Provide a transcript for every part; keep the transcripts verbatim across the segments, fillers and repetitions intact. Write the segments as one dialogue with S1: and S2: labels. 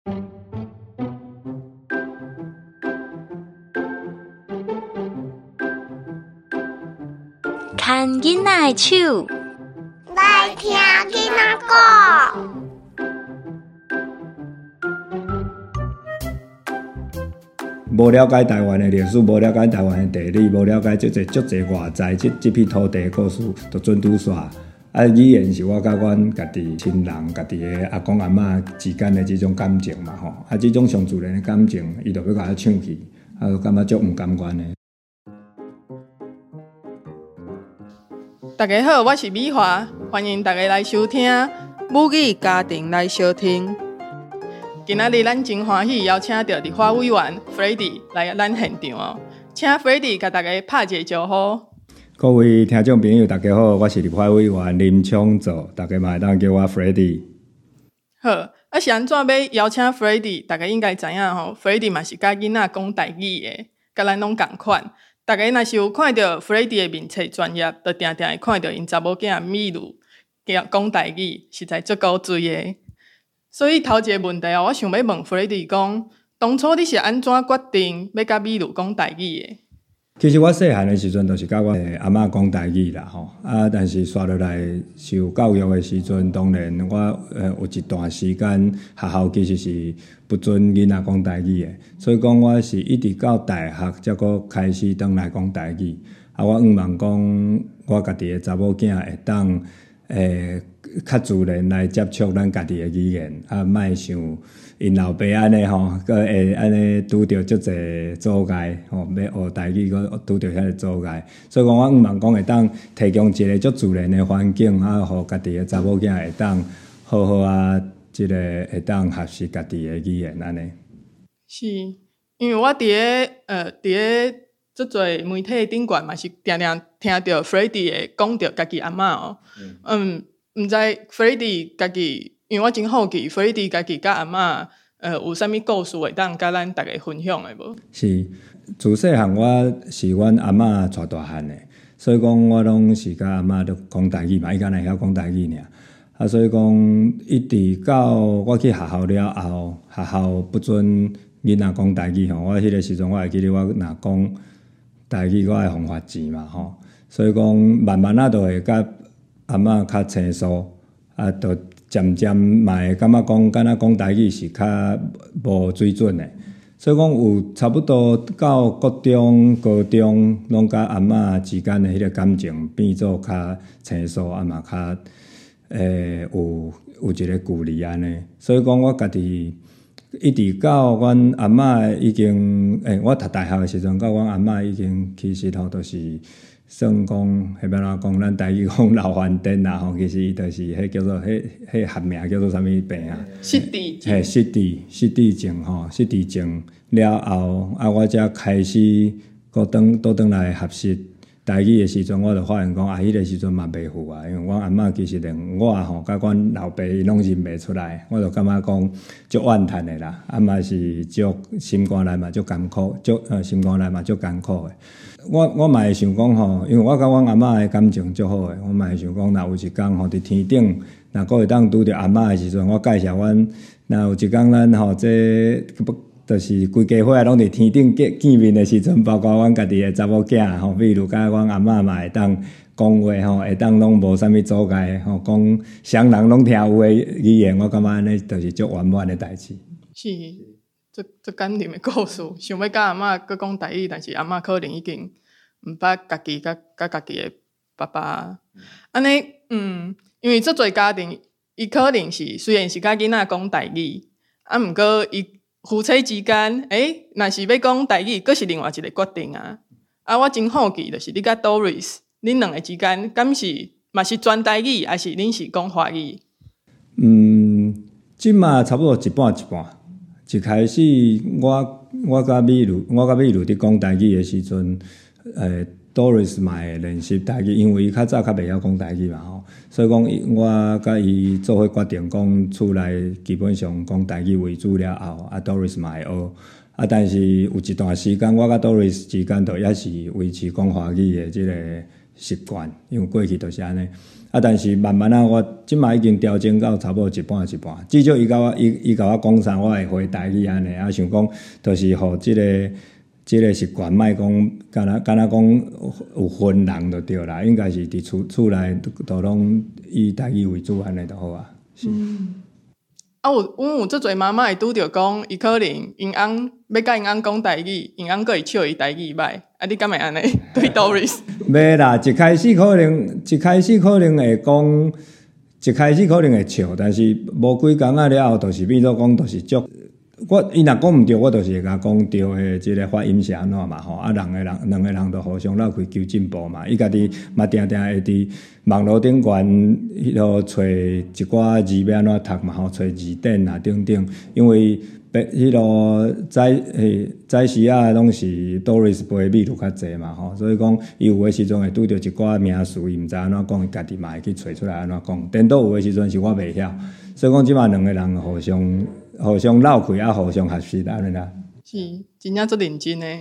S1: 牵囡仔的手，
S2: 来听囡仔歌。
S3: 无了解台湾的历史，无了解台湾的地理，无了解足侪足侪外在即即片土地的故事，就准拄煞。啊，语言是我甲阮家己亲人、家己的阿公阿嬷之间的即种感情嘛吼。啊，即种上自然的感情，伊就要甲我唱去，啊，感觉足毋甘愿的。
S4: 大家好，我是美华，欢迎大家来收听母语家庭来相听。今仔日咱真欢喜邀请到立法委员 Freddy 来咱现场哦，请 Freddy 甲大家拍一个招呼。
S3: 各位听众朋友，大家好，我是立法委员林昌祖，大家嘛会当叫我 Freddy。
S4: 好，啊是安怎要邀请 Freddy？ 大家应该知影吼 ，Freddy 嘛是甲囡仔讲台语的，甲咱拢共款。大家若是有看到 Freddy 的面册专页，就定定会看到因查某囝米露讲台语，实在足够水的。所以头一个问题哦，我想要问 Freddy 讲，当初你是安怎决定要甲米露讲台语的？
S3: 其实我细汉的时阵，就是甲我阿嬷讲台语啦吼。啊，但是刷落来受教育的时阵，当然我呃有一段时间学校其实是不准囡仔讲台语的，所以讲我是一直到大学才阁开始转来讲台语。啊，我希望讲我家己的查某囝会当诶较自然来接触咱家己的语言，啊，莫像因老爸安尼吼，佮会安尼拄着足侪阻碍吼，要学台语佮拄着遐个阻碍，所以讲我希望讲会当提供一个足自然的环境，啊，互家己的查某囝会当好好啊，即、这个会当学习家己的语言安尼。是，
S4: 因为我伫咧呃伫咧足侪媒体顶悬嘛，是定定听到 Freddy 会讲着家己阿嬷哦，嗯，毋、嗯、知 Freddy 家己。因为我真好奇 ，Freddy 家己甲阿嬷，呃，有啥物故事会当甲咱大家分享的无？
S3: 是，自细汉我是阮阿嬷带大汉的，所以讲我拢是甲阿嬷都讲台语嘛，伊敢若会晓讲台语尔。啊，所以讲一直到我去学校了后，学校不准囡仔讲台语吼。我迄个时阵我会记得，我若讲台语，我会互罚钱嘛吼。所以讲慢慢啊，就会甲阿嬷较生疏，啊，就。渐渐嘛会感觉讲，敢若讲台语是较无水准的，所以讲有差不多到国中、高中，拢甲阿嬷之间的迄个感情变做较生疏，啊嘛较诶有有一个距离安尼。所以讲我家己一直到阮阿嬷已经诶，我读大学的时阵，到阮阿嬷已经其实吼都是。算讲，迄要怎讲？咱台语讲老番颠啦吼，其实伊就是迄叫做迄迄学名叫做啥物病啊？
S4: 失智症。
S3: 嘿，失智失智症吼，失智症了后，啊，我才开始搁转倒转来学习台语的时阵，我就发现讲啊，迄、那个时阵嘛袂赴啊，因为阮阿嬷其实连我吼，甲阮老爸伊拢认袂出来，我就感觉讲足怨叹的啦，啊嘛是足心肝内嘛足艰苦，足呃心肝内嘛足艰苦的。我我嘛会想讲吼，因为我甲阮阿嬷的感情足好诶，我嘛会想讲，若有一天吼伫天顶，若阁会当拄着阿嬷的时阵，我介绍阮，若有一天咱吼这就是规家伙拢伫天顶见见面的时阵，包括阮家己的查某囝吼，比如甲阮阿嬷嘛会当讲话吼，会当拢无啥物阻碍吼，讲双人拢听有诶语言，我感觉安尼就是足圆满的代志。
S4: 是。足足感人的故事，想要甲阿嬷搁讲台语，但是阿嬷可能已经毋捌家己甲甲家己的爸爸。安尼，嗯，因为足侪家庭，伊可能是虽然是甲囡仔讲台语，啊，毋过伊夫妻之间，诶，若是要讲台语，佫是另外一个决定啊。啊，我真好奇，就是你甲 Doris， 恁两个之间，敢是嘛是全台语，还是恁是讲华语？
S3: 嗯，即嘛差不多一半一半。一开始我我甲美露，我甲美露伫讲台语的时阵，诶 ，Doris 嘛会练习台语，因为伊较早较袂晓讲台语嘛吼，所以讲我甲伊做伙决定讲厝内基本上讲台语为主了后，啊 Doris 嘛会学，啊但是有一段时间我甲 Doris 之间就也是维持讲华语的即、这个习惯，因为过去都是安尼。啊，但是慢慢啊，我即摆已经调整到差不多一半一半。至少伊甲我伊伊甲我讲啥，我会回台语安尼。啊，想讲就是互即、这个即、这个习惯，莫讲敢若敢若讲有分人就对啦。应该是伫厝厝内都拢以台语为主安尼就好啊。是。嗯
S4: 啊，有阮有足侪妈妈会拄着讲，伊可能因翁要甲因翁讲台语，因翁佫会笑伊台语歹。啊，你敢会安尼对 Doris？
S3: 袂啦，一开始可能一开始可能会讲，一开始可能会笑，但是无几工仔了后，就是变做讲，就是足。我伊若讲毋对，我就是会甲讲对诶，即个发音是安怎嘛吼？啊，两个人两个人都互相绕开求进步嘛。伊家己嘛定定会伫网络顶悬迄落找一寡字要安怎读嘛吼，找字典啊等等。因为迄落早诶早时啊，拢是 Doris 陪米愈较济嘛吼，所以讲伊有诶时阵会拄着一寡名词，伊毋知安怎讲，伊家己嘛会去找出来安怎讲。颠倒有诶时阵是我袂晓，所以讲即摆两个人互相。互相绕开啊，互相学习安尼啦。
S4: 是，真正足认真诶。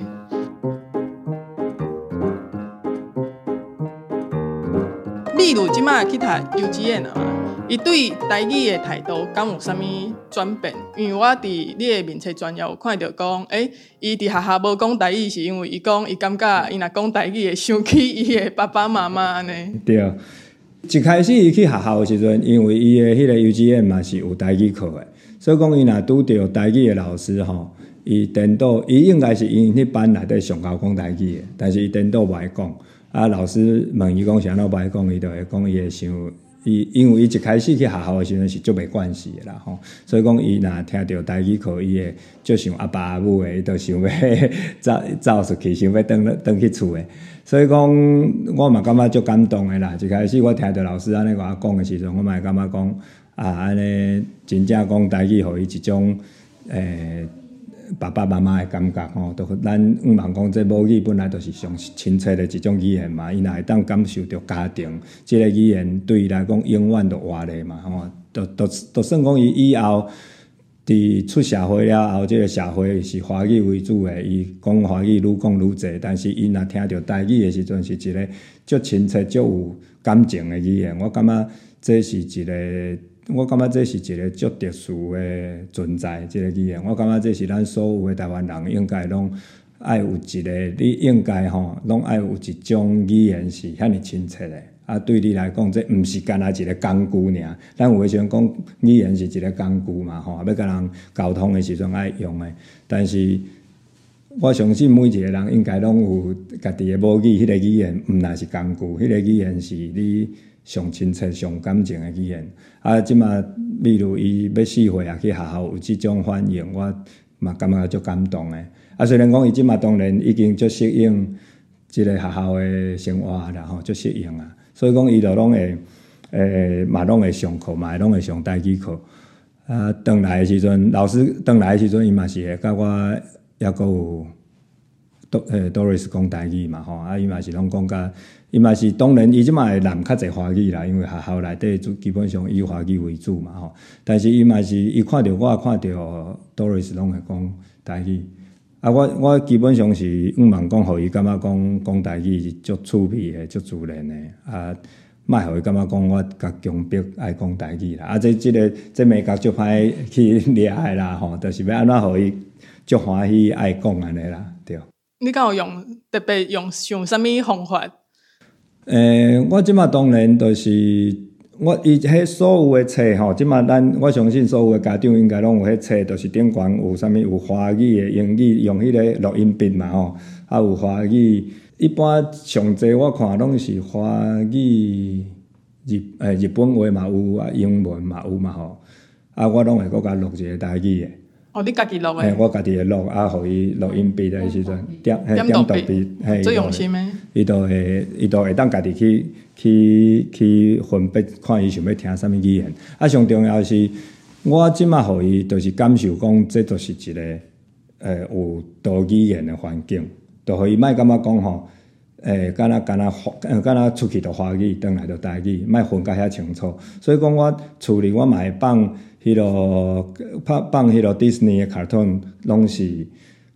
S4: 例如即摆去读幼稚園啊，伊对台語诶態度敢有啥物轉變？因為我佇你诶面冊專頁有看到講，誒，伊佇學校無講台語，是因為伊講伊感覺伊若講台語會想起伊誒爸爸媽媽安尼。
S3: 對，一開始伊去學校誒時陣，因為伊誒迄個幼稚園嘛是有台語課誒。所以講，伊若拄着台語的老師吼，伊顛倒，伊應該是因迄班內底上校講台語的，但是伊顛倒袂講。啊，老師問伊講是安怎袂講，伊就會講伊會想，伊因為伊一開始去學校的時陣是足袂慣勢的啦吼。所以講，伊若聽到台語課，伊會足想阿爸阿母的，伊就想要走走出去，想要轉轉去厝的。所以講，我嘛感覺足感動的啦。一開始我聽到老師安尼甲我講的時陣，我嘛會感覺講。啊，安尼真正講台語，互伊一種誒、欸、爸爸媽媽的感覺吼，都咱毋茫講，這母語本來就是上親切的一種語言嘛，伊若會當感受到家庭，即、這個語言對伊來講永遠都活咧嘛，吼，都都都算講伊以後佇出社會了後，即、這個社會是華語為主的，伊講華語愈講愈濟，但是伊若聽到台語的時陣，是一個足親切、足有感情的語言，我感覺這是一個。我感覺這是一個足特殊的存在，這個語言。我感覺這是咱所有的台灣人應該攏愛有一個，你應該吼，攏愛有一種語言是遐爾親切的。啊，對你來講，這毋是干那一個工具爾。咱有誒時陣講語言是一個工具嘛，吼，要甲人溝通的時陣愛用的。但是我相信每一個人應該攏有家己的母語，迄個語言毋若是工具，迄個語言是你。上親切、上感情的語言，啊，即馬例如伊要四歲啊去學校有即種反應，我嘛感覺足感動的。啊，雖然講伊即馬當然已經足適應即個學校的生活啦，吼，足適應啊。所以講伊就攏會誒嘛攏會上課嘛，攏會上台語課。啊，轉來的時陣，老師轉來的時陣，伊嘛是會甲我抑閣有。誒 Doris 講台語嘛吼，啊伊嘛是攏講甲，伊嘛是當然伊即馬會談較濟華語啦，因為學校內底基本上以華語為主嘛吼。但是伊嘛是伊看到我看到 Doris 攏會講台語，啊我我基本上是毋茫講，互伊感覺講講台語是足趣味的、足自然的，啊，莫互伊感覺講我甲強迫愛講台語啦，啊這這個這美角足歹去掠的啦吼，就是要安怎互伊足歡喜愛講安尼啦，對。
S4: 你敢有用特別用用啥物方法？
S3: 誒、欸，我即馬當然就是我伊迄所有誒冊吼，即馬咱我相信所有誒家長應該攏有迄冊，就是頂懸有啥物有華語誒、英語用迄個錄音筆嘛吼，啊有華語，一般上濟我看攏是華語日誒日本話嘛有啊，英文嘛有嘛吼，啊我攏會閣甲錄一個台語誒。
S4: 哦，你家己錄誒？
S3: 嘿，我家己會錄，啊，互伊錄音筆誒時陣，點嘿點讀筆，嘿，
S4: 最用心誒。
S3: 伊就會，伊就會當家己去去去分別，看伊想要聽啥物語言。啊，上重要是，我即馬互伊就是感受講，這就是一個誒、呃、有多語言誒環境，就互伊莫感覺講吼，誒，敢若敢若呃，敢若出去就華語，轉來就台語，莫分甲遐清楚。所以講我厝裡我嘛會放。迄落放放迄落 Disney 嘅卡通，攏是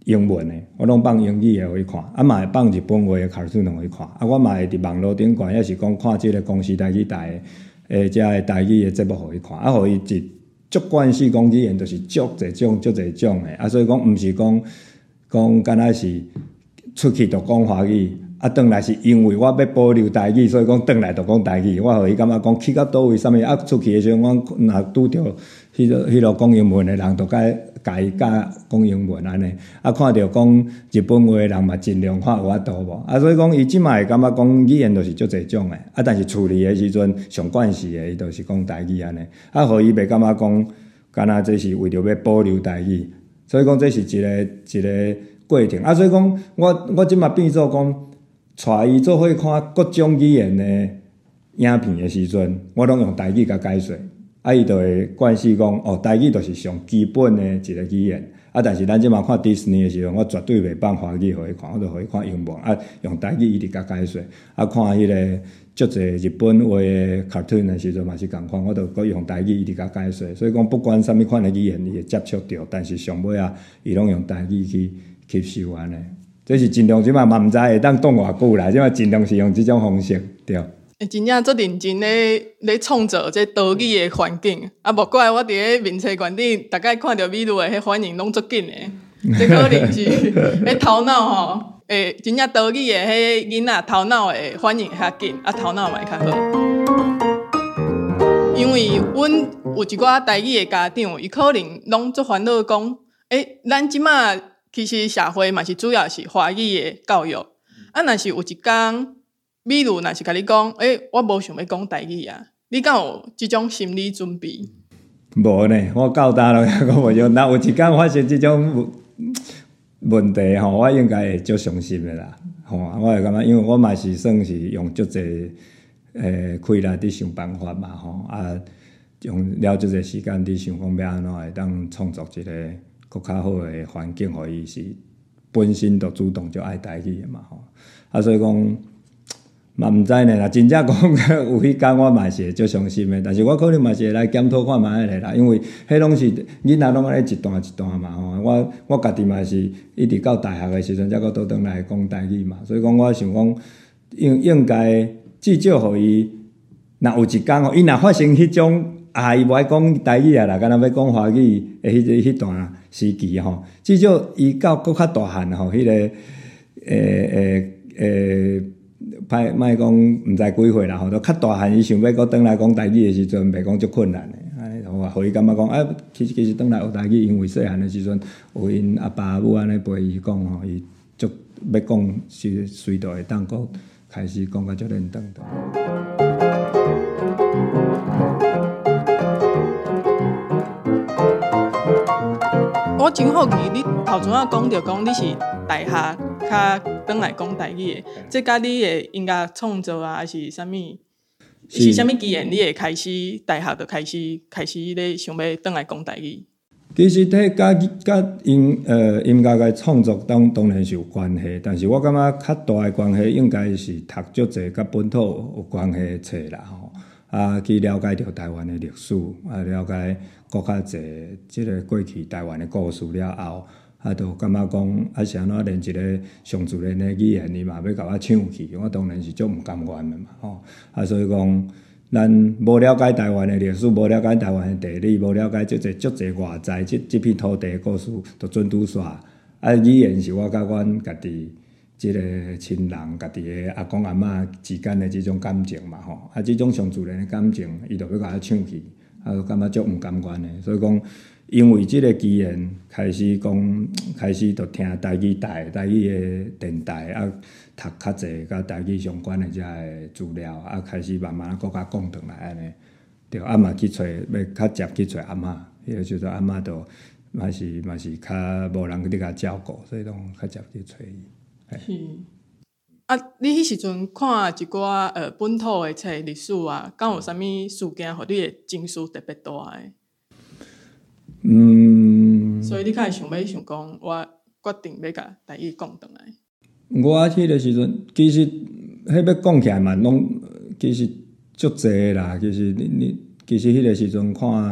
S3: 英文的，我拢放英语的互伊看，啊嘛会放日本话的卡通互伊看，啊我嘛会伫网络顶看，也是讲看即个公视台语台的诶，遮个台语的节目互伊看，啊互伊一足惯势讲语言，就是足侪种足侪种的，啊所以讲毋是讲讲敢若是出去就讲华语。啊，转来是因为我要保留台语，所以讲转来就讲台语。我互伊感觉讲去到倒位，啥物啊出去的时阵，我若拄着迄个迄个讲英文的人，就该家己教讲英文安尼。啊，看到讲日本话的人嘛，尽量看有法度无。啊，所以讲伊即卖会感觉讲语言就是足侪种的。啊，但是处理的时阵上惯势的，伊就是讲台语安尼。啊，互伊袂感觉讲，敢若这是为着要保留台语。所以讲这是一个一个过程。啊，所以讲我我即卖变做讲。带伊做伙看各种语言的影片的时阵，我拢用台语甲解说，啊，伊就会惯势讲，哦，台语就是上基本的一个语言，啊，但是咱即马看迪士尼的时阵，我绝对袂放华语互伊看，我就互伊看英文，啊，用台语一直甲解说，啊，看迄个足侪日本话的 cartoon 的时阵嘛是共款，我就搁用台语一直甲解说，所以讲不管啥物款的语言，伊会接触到，但是上尾啊，伊拢用台语去吸收安尼。这是尽量即摆嘛毋知会当讲偌久啦，即摆尽量是用即种方式，对。
S4: 诶，真正足认真咧咧创造这岛屿的环境，啊，无怪我伫咧面册馆顶，大概看到美女的迄反应拢足紧的，这可能是迄头脑吼，诶，真正岛屿的迄囡仔头脑的反应会较紧，啊，头脑嘛会较好。因为阮有一寡台语的家长，伊可能拢足烦恼讲，诶，咱即马。其实社会嘛是主要是华语的教育，啊，若是有一天美女若是甲你讲，诶、欸，我无想要讲台语啊，你敢有即种心理准备？
S3: 无呢，我到大了还讲无用。若有一天发生即种问题吼，我应该会足伤心的啦。吼，我会感觉，因为我嘛是算是用足侪诶开力伫想办法嘛，吼啊，用了足侪时间伫想讲要安怎会当创作一个。更较好的环境，互伊是本身就主动就爱台语的嘛吼，啊所以讲嘛毋知呢啦，真正讲有迄天我嘛是会足伤心的，但是我可能嘛是会来检讨看卖咧啦，因为迄拢是囡仔拢安尼一段一段嘛吼，我我家己嘛是一直到大学的时阵才搁倒转来讲台语嘛，所以讲我想讲应应该至少互伊，若有一天吼，伊若发生迄种。啊，伊无爱讲台语啊啦，敢若要讲华语诶，迄个迄段时期吼，至少伊到搁较大汉吼，迄、那个诶诶诶，歹莫讲毋知几岁啦吼，都较大汉，伊想要搁转来讲台语诶时阵，袂讲足困难诶。哎，我互伊感觉讲，啊，其实其实转来学台语，因为细汉诶时阵，有因阿爸母安尼陪伊讲吼，伊足要讲随随着会当搁开始讲甲足认真的。
S4: 我真好奇，你头先啊讲着讲你是大学较转来讲台语的，这甲你的音乐创作啊，还是啥物？是啥物机缘？你会开始大学就开始开始咧想要转来讲台语？
S3: 其实迄甲甲音呃音乐嘅创作当当然是有关系，但是我感觉较大嘅关系应该是读足侪甲本土有关系嘅册啦吼，啊去了解着台湾嘅历史，啊了解。搁较侪即个过去台湾的故事了后，啊，就感觉讲啊是安怎连一个上自然的语言，伊嘛要甲我抢去，我当然是足毋甘愿的嘛，吼。啊，所以讲，咱无了解台湾的历史，无了解台湾的地理，无了解足侪足侪外在即即片土地的故事，就准拄煞。啊，语言是我甲阮家己即个亲人、家己的阿公阿嬷之间的即种感情嘛，吼。啊，即种上自然的感情，伊就要甲我抢去。啊，感觉足毋甘愿的，所以讲，因为即个机缘开始讲，开始就听台语台、台语的电台，啊，读较侪甲台语相关的遮个资料，啊，开始慢慢搁较讲转来安尼，对，啊嘛去找要较接去找阿嬷，迄个时阵阿嬷就嘛是嘛是较无人伫甲照顾，所以讲较接去找伊。
S4: 是。啊，你迄时阵看一寡呃本土的册历史啊，敢有啥物事件，互你的情绪特别大诶？
S3: 嗯。
S4: 所以你较会想要想讲，我决定要甲台语讲转来。
S3: 我迄个时阵，其实迄要讲起来嘛，拢其实足济啦。其实你你其实迄个时阵看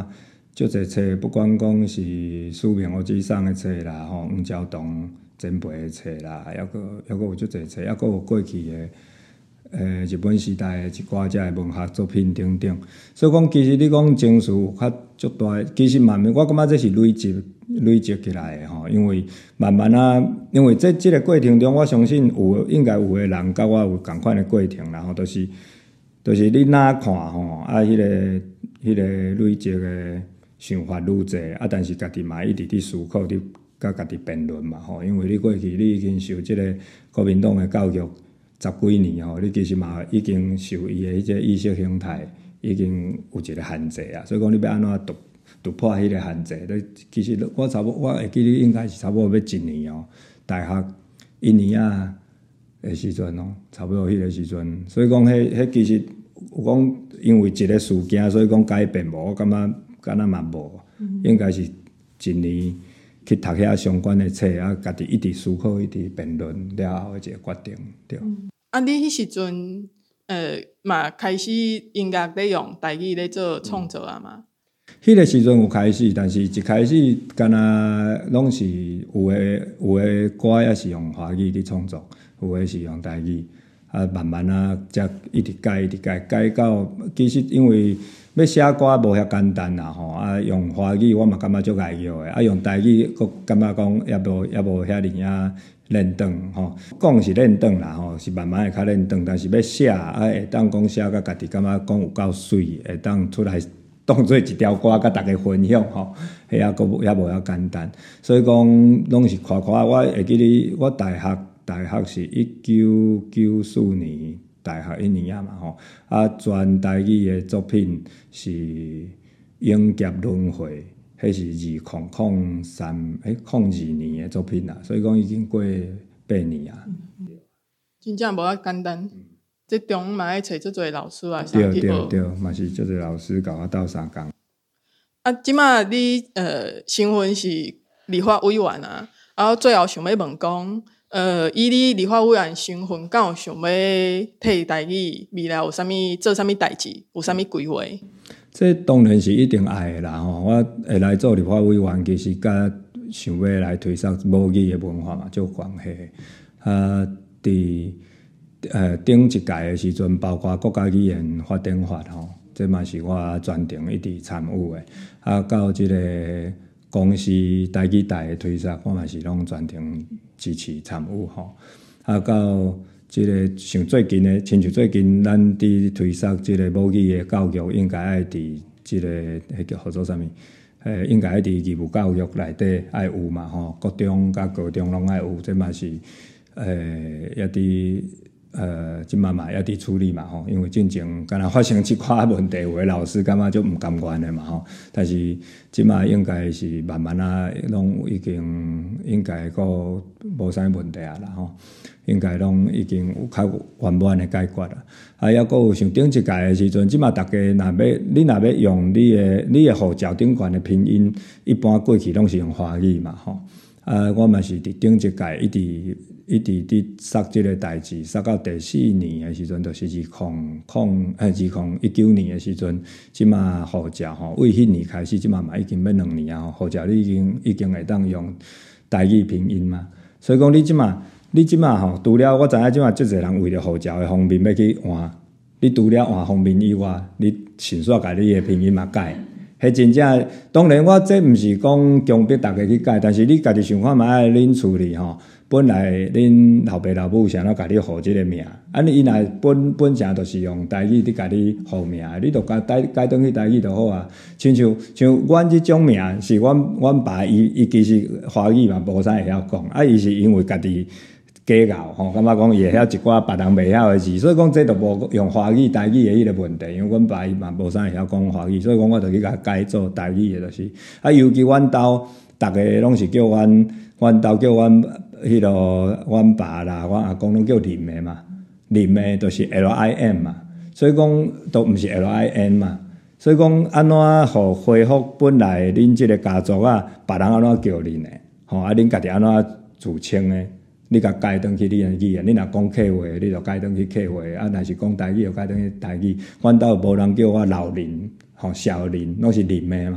S3: 足侪册，不管讲是苏明欧之送的册啦，吼，黄昭同前辈的册啦，还佫还佫有足侪册，还佫有过去的。诶，日本时代的一寡遮的文学作品等等，所以讲其实你讲情绪有较足大，其实慢慢我感觉这是累积累积起来的吼，因为慢慢啊，因为这即个过程中，我相信有应该有的人甲我有共款的过程，然后都、就是都、就是你哪看吼，啊，迄、那个迄、那个累积的想法愈侪，啊，但是家己嘛一直伫思考，伫甲家己辩论嘛吼，因为你过去你已经受即个国民党的教育。十几年吼，你其实嘛已经受伊的迄个意识形态已经有一个限制啊，所以讲你要安怎突突破迄个限制？你其实我差不多我会记得应该是差不多要一年哦，大学一年啊的时阵哦，差不多迄个时阵，所以讲迄迄其实有讲因为一个事件，所以讲改变无，我感觉敢若嘛无，应该是一年。去读遐相关的册啊，家己一直思考，一直辩论了后的一个决定，对。
S4: 嗯、啊，你迄时阵，呃，嘛开始音乐咧用台语咧做创作啊嘛？
S3: 迄、嗯、个时阵有开始，但是一开始敢若拢是有诶有诶歌也是用华语伫创作，有诶是用台语，啊，慢慢啊，才一直改，一直改，改到其实因为。要写歌无遐简单啦吼，啊用华语我嘛感觉足碍摇诶，啊用台语佫感觉讲也无也无遐尔啊练长吼，讲是练长啦吼，是慢慢会较练长，但是要写啊会当讲写甲家己感觉讲有够水，会当出来当做一条歌甲大家分享吼，迄啊佫也无遐简单，所以讲拢是看看，我会记得我大学大学是一九九四年。大学一年啊嘛吼，啊全台语的作品是《永劫轮回》，迄是二零零三诶零二年的作品啦，所以讲已经过八年啊。
S4: 嗯、真正无遐简单，嗯、这中嘛爱找足侪老师啊，
S3: 对对对，嘛是足侪老师教我斗相共。
S4: 啊，即马你呃身份是立法委员啊，然后最后想要问讲。呃，以你立法委员身份，敢有想要替台语未来有啥物做啥物代志，有啥物规划？
S3: 这当然是一定爱的啦吼！我会来做立法委员，其实甲想要来推广母语的文化嘛，有关系。啊，伫呃顶一届的时阵，包括国家语言发展法吼，这嘛是我专程一直参与的。啊，到即个公司台语台的推广，我嘛是拢专程。支持参与吼，啊到即个像最近的，亲像最近咱伫推广即个母语的教育，应该爱伫即个迄叫号做啥物？诶，应该爱伫义务教育内底爱有嘛吼，国中甲高中拢爱有，这嘛是诶也伫呃即嘛嘛也伫处理嘛吼，因为进前敢若发生即款问题，有诶老师感觉就毋甘愿诶嘛吼，但是即嘛应该是慢慢啊，拢已经应该个无啥问题啊啦吼，应该拢已经有较圆满诶解决啦。啊，抑佫有像顶一届诶时阵，即嘛逐家若要你若要用你诶你诶护照顶悬诶拼音，一般过去拢是用华语嘛吼。啊，我嘛是伫顶一届一直。一直伫杀即个代志，杀到第四年诶时阵，就是二零零诶二零一九年诶时阵，即马护照吼，为迄年开始，即马嘛已经要两年啊，护照你已经已经会当用台语拼音嘛。所以讲你即马你即马吼，除了我知影即马足侪人为了护照诶方便要去换，你除了换方便以外，你顺续甲你诶拼音嘛改。迄真正，当然我这毋是讲强迫大家去改，但是你家己想看嘛，爱恁厝里吼。本来恁老爸老母想要甲你号即个名，啊你伊若本本身就是用台语伫甲你号名，你著改改改转去台语就好啊。亲像像阮即种名是阮阮爸伊伊其实华语嘛无啥会晓讲，啊伊是因为家己假咬吼，感觉讲伊会晓一寡别人袂晓诶字，所以讲这著无用华语台语诶迄个问题，因为阮爸伊嘛无啥会晓讲华语，所以讲我著去甲改做台语诶，就是啊，尤其阮兜逐个拢是叫阮阮兜叫阮。迄个阮爸啦，阮阿公拢叫林的嘛，林的就是 L I M 嘛，所以讲都毋是 L I N 嘛，所以讲安怎互恢复本来恁即个家族啊，别人安怎叫恁的，吼啊恁家己安怎自称的，你甲改转去你的语言，你若讲客话，你就改转去客话，啊若是讲台语就改转去台语，阮兜无人叫我老林，吼小林，拢是林的嘛。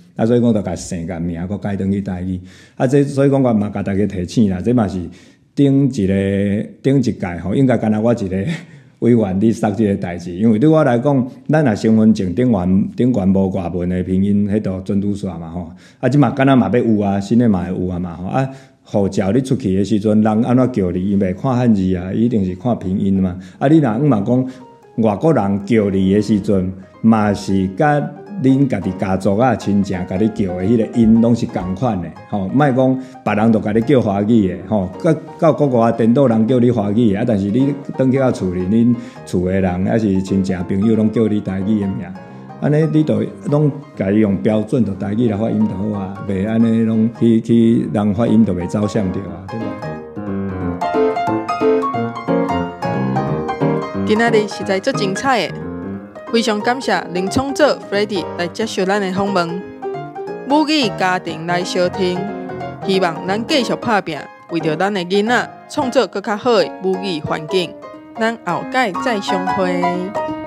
S3: 啊，所以讲就甲姓甲名佫改转去台语。啊，这所以讲我嘛甲大家提醒啦，这嘛是顶一个顶一届吼，应该干那我一个委员咧说即个代志，因为对我来讲，咱若身份证顶悬顶悬无外文的拼音，迄度准拄煞嘛吼。啊，即嘛敢若嘛要有啊，新的嘛会有啊嘛吼啊。护照你出去的时阵，人安怎叫你？伊袂看汉字啊，一定是看拼音嘛。啊，你若毋嘛讲外国人叫你的时阵，嘛是甲恁家己家族啊亲戚甲你叫的迄个音拢是共款的，吼。莫讲别人就甲你叫华语的，吼。到到国外颠倒人叫你华语的，啊，但是你转去到厝里，恁厝的人还是亲戚朋友拢叫你台语的名。安尼你就拢家己用标准的台语来发音就好啊，袂安尼拢去去人发音就袂走向着啊，对
S4: 无？今仔日实在足精彩的，非常感谢林创作 Freddy 来接受咱的访问。母语家庭来相听，希望咱继续打拼，为着咱的囡仔创造更较好的母语环境。咱后届再相会。